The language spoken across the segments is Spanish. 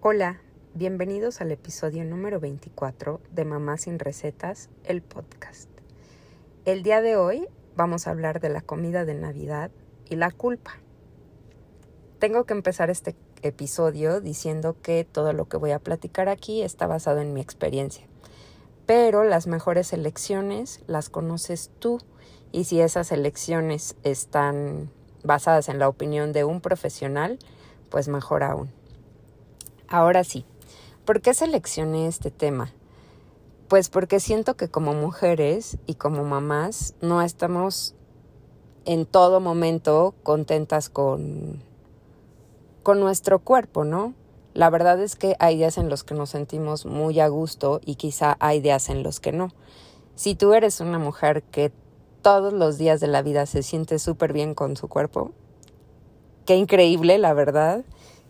Hola, bienvenidos al episodio número 24 de Mamá sin Recetas, el podcast. El día de hoy vamos a hablar de la comida de Navidad y la culpa. Tengo que empezar este episodio diciendo que todo lo que voy a platicar aquí está basado en mi experiencia. Pero las mejores elecciones las conoces tú, y si esas elecciones están basadas en la opinión de un profesional, pues mejor aún. Ahora sí, ¿por qué seleccioné este tema? Pues porque siento que como mujeres y como mamás no estamos en todo momento contentas con nuestro cuerpo, ¿no? La verdad es que hay días en los que nos sentimos muy a gusto y quizá hay días en los que no. Si tú eres una mujer que todos los días de la vida se siente súper bien con su cuerpo, qué increíble, la verdad.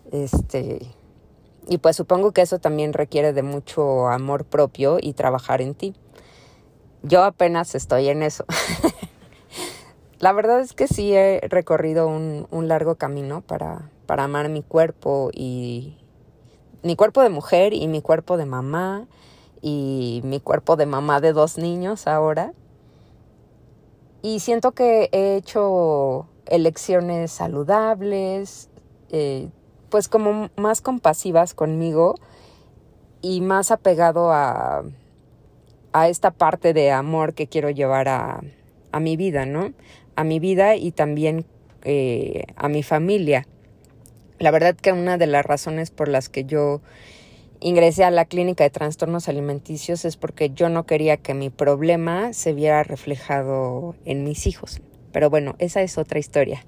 Y pues supongo que eso también requiere de mucho amor propio y trabajar en ti. Yo apenas estoy en eso. La verdad es que sí he recorrido un largo camino para amar mi cuerpo, y mi cuerpo de mujer y mi cuerpo de mamá y mi cuerpo de mamá de 2 niños ahora. Y siento que he hecho elecciones saludables, pues como más compasivas conmigo y más apegado a esta parte de amor que quiero llevar a mi vida, ¿no? A mi vida y también a mi familia. La verdad que una de las razones por las que yo ingresé a la clínica de trastornos alimenticios es porque yo no quería que mi problema se viera reflejado en mis hijos. Pero bueno, esa es otra historia.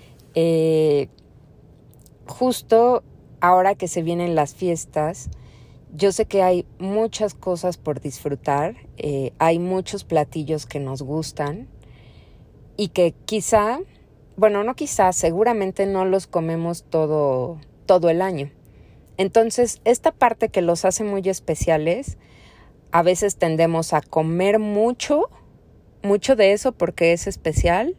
Justo ahora que se vienen las fiestas, yo sé que hay muchas cosas por disfrutar, hay muchos platillos que nos gustan y que seguramente no los comemos todo el año. Entonces, esta parte que los hace muy especiales, a veces tendemos a comer mucho de eso porque es especial,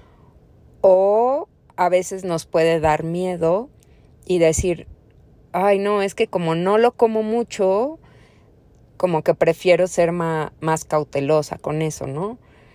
o a veces nos puede dar miedo y decir, ay no, es que como no lo como mucho, como que prefiero ser más cautelosa con eso, ¿no?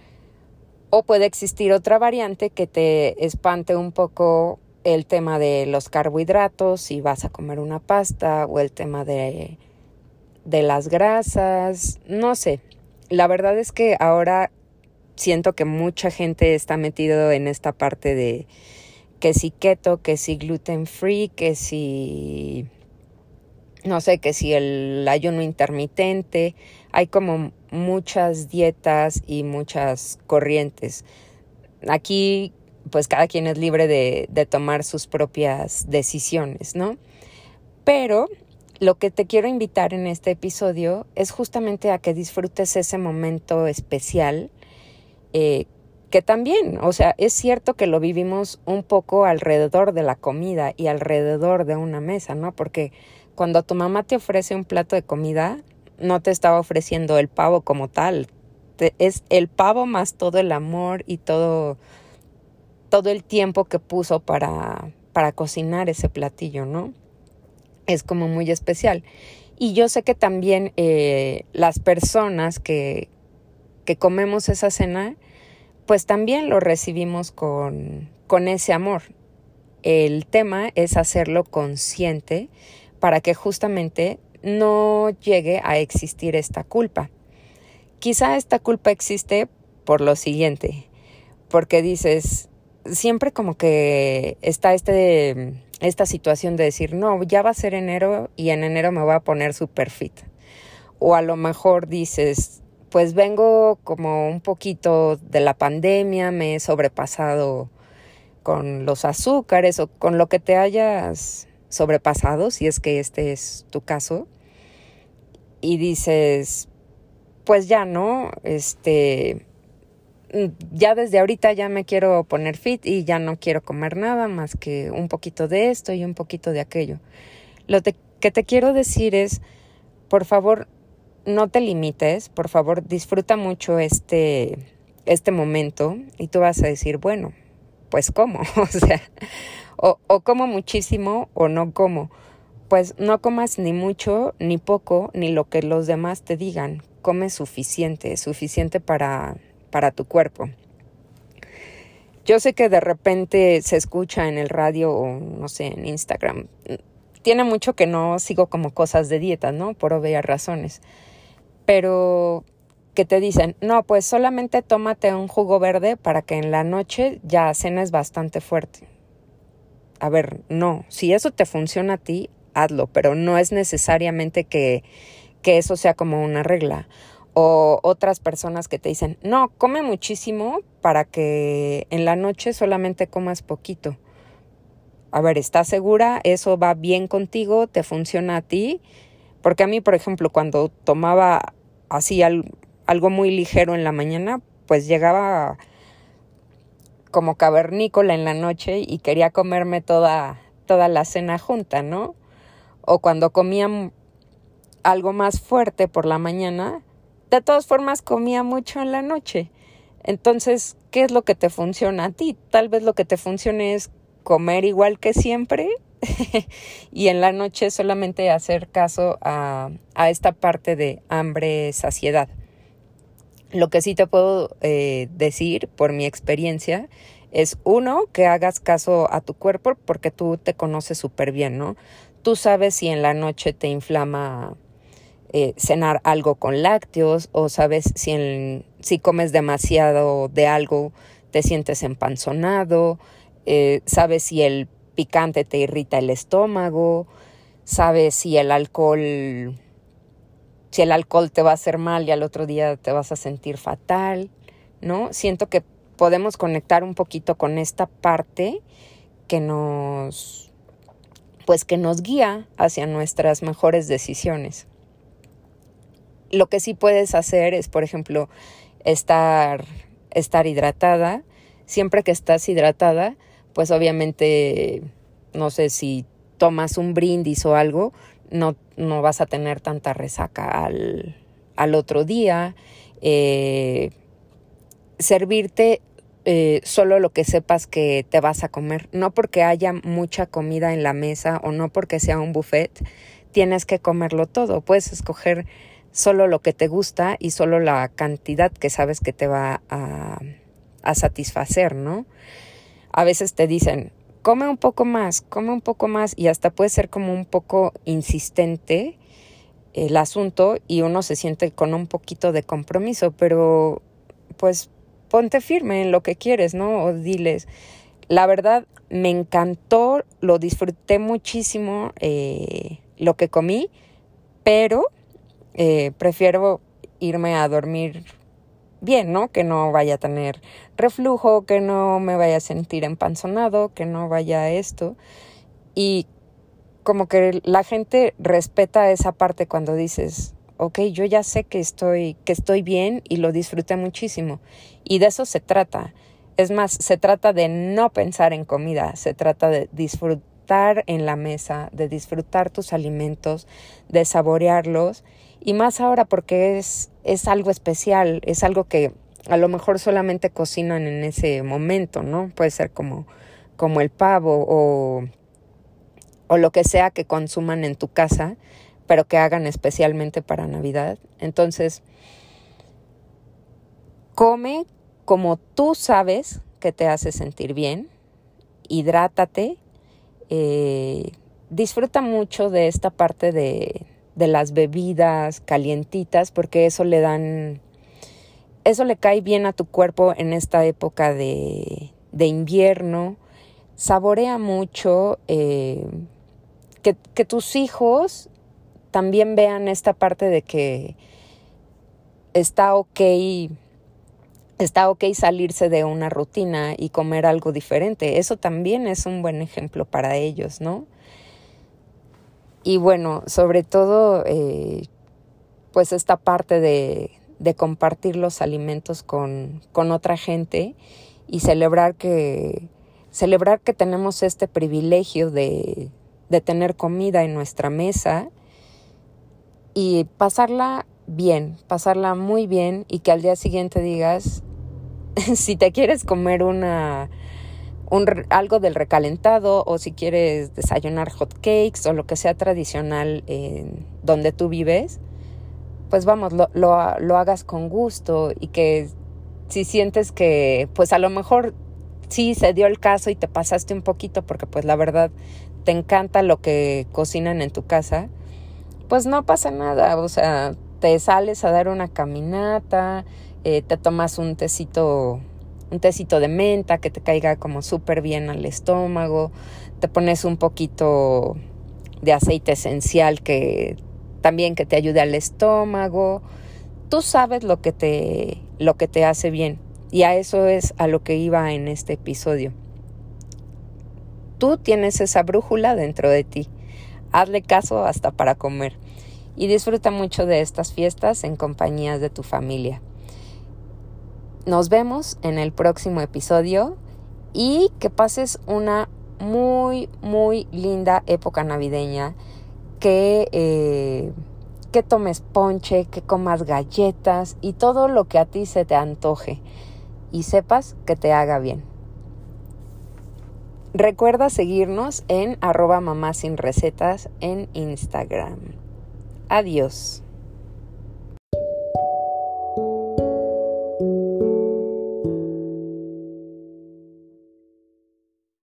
O puede existir otra variante que te espante un poco el tema de los carbohidratos, si vas a comer una pasta, o el tema de las grasas, no sé. La verdad es que ahora siento que mucha gente está metido en esta parte de que si keto, que si gluten free, que si, no sé, que si el ayuno intermitente. Hay como muchas dietas y muchas corrientes. Aquí pues cada quien es libre de tomar sus propias decisiones, ¿no? Pero lo que te quiero invitar en este episodio es justamente a que disfrutes ese momento especial, que también, o sea, es cierto que lo vivimos un poco alrededor de la comida y alrededor de una mesa, ¿no? Porque cuando tu mamá te ofrece un plato de comida, no te está ofreciendo el pavo como tal, es el pavo más todo el amor y todo el tiempo que puso para cocinar ese platillo, ¿no? Es como muy especial. Y yo sé que también las personas que comemos esa cena, pues también lo recibimos con ese amor. El tema es hacerlo consciente para que justamente no llegue a existir esta culpa. Quizá esta culpa existe por lo siguiente, porque dices, siempre como que está esta situación de decir, no, ya va a ser enero y en enero me voy a poner super fit. O a lo mejor dices, pues vengo como un poquito de la pandemia, me he sobrepasado con los azúcares o con lo que te hayas sobrepasado, si es que este es tu caso. Y dices, pues ya no, ya desde ahorita ya me quiero poner fit y ya no quiero comer nada más que un poquito de esto y un poquito de aquello. Que te quiero decir es, por favor, no te limites, por favor, disfruta mucho este momento, y tú vas a decir, bueno, pues como, o sea, o como muchísimo o no como. pues no comas ni mucho, ni poco, ni lo que los demás te digan. Come suficiente para tu cuerpo. Yo sé que de repente se escucha en el radio o no sé, en Instagram. Tiene mucho que no sigo como cosas de dieta, ¿no? Por obvias razones. Pero que te dicen, no, pues solamente tómate un jugo verde para que en la noche ya cenes bastante fuerte. A ver, no, si eso te funciona a ti, hazlo, pero no es necesariamente que eso sea como una regla. O otras personas que te dicen, no, come muchísimo para que en la noche solamente comas poquito. A ver, ¿estás segura? ¿Eso va bien contigo? ¿Te funciona a ti? Porque a mí, por ejemplo, cuando tomaba así algo muy ligero en la mañana, pues llegaba como cavernícola en la noche y quería comerme toda la cena junta, ¿no? O cuando comía algo más fuerte por la mañana, de todas formas comía mucho en la noche. Entonces, ¿qué es lo que te funciona a ti? Tal vez lo que te funcione es comer igual que siempre y en la noche solamente hacer caso a esta parte de hambre-saciedad. Lo que sí te puedo decir por mi experiencia es, uno, que hagas caso a tu cuerpo porque tú te conoces súper bien, ¿no? Tú sabes si en la noche te inflama cenar algo con lácteos o sabes si comes demasiado de algo te sientes empanzonado, sabes si el picante te irrita el estómago, sabes si el alcohol te va a hacer mal y al otro día te vas a sentir fatal, ¿no? Siento que podemos conectar un poquito con esta parte que nos guía hacia nuestras mejores decisiones. Lo que sí puedes hacer es, por ejemplo, estar hidratada. Siempre que estás hidratada, pues obviamente, no sé, si tomas un brindis o algo, no vas a tener tanta resaca al otro día. Servirte solo lo que sepas que te vas a comer. No porque haya mucha comida en la mesa o no porque sea un buffet, tienes que comerlo todo. Puedes escoger solo lo que te gusta y solo la cantidad que sabes que te va a satisfacer, ¿no? A veces te dicen, come un poco más y hasta puede ser como un poco insistente el asunto y uno se siente con un poquito de compromiso, pero pues ponte firme en lo que quieres, ¿no? O diles, la verdad me encantó, lo disfruté muchísimo lo que comí, pero prefiero irme a dormir bien, ¿no? Que no vaya a tener reflujo, que no me vaya a sentir empanzonado, que no vaya a esto. Y como que la gente respeta esa parte cuando dices, ok, yo ya sé que estoy bien y lo disfruté muchísimo. Y de eso se trata. Es más, se trata de no pensar en comida, se trata de disfrutar en la mesa, de disfrutar tus alimentos, de saborearlos. Y más ahora porque es algo especial, es algo que a lo mejor solamente cocinan en ese momento, ¿no? Puede ser como el pavo o lo que sea que consuman en tu casa, pero que hagan especialmente para Navidad. Entonces, come como tú sabes que te hace sentir bien, hidrátate, disfruta mucho de esta parte de las bebidas calientitas, porque eso le cae bien a tu cuerpo en esta época de invierno. Saborea mucho, que tus hijos también vean esta parte de que está ok salirse de una rutina y comer algo diferente. Eso también es un buen ejemplo para ellos, ¿no? Y bueno, sobre todo, pues esta parte de compartir los alimentos con otra gente y celebrar que tenemos este privilegio de tener comida en nuestra mesa y pasarla muy bien y que al día siguiente digas, si te quieres comer una algo del recalentado, o si quieres desayunar hot cakes o lo que sea tradicional donde tú vives, pues vamos, lo hagas con gusto, y que si sientes que pues a lo mejor sí se dio el caso y te pasaste un poquito porque pues la verdad te encanta lo que cocinan en tu casa, pues no pasa nada. O sea, te sales a dar una caminata, te tomas un tecito de menta que te caiga como súper bien al estómago, te pones un poquito de aceite esencial que también que te ayude al estómago. Tú sabes lo que te hace bien, y a eso es a lo que iba en este episodio. Tú tienes esa brújula dentro de ti. Hazle caso hasta para comer, y disfruta mucho de estas fiestas en compañía de tu familia. Nos vemos en el próximo episodio, y que pases una muy, muy linda época navideña, que tomes ponche, que comas galletas y todo lo que a ti se te antoje y sepas que te haga bien. Recuerda seguirnos en @mamá sin recetas en Instagram. Adiós.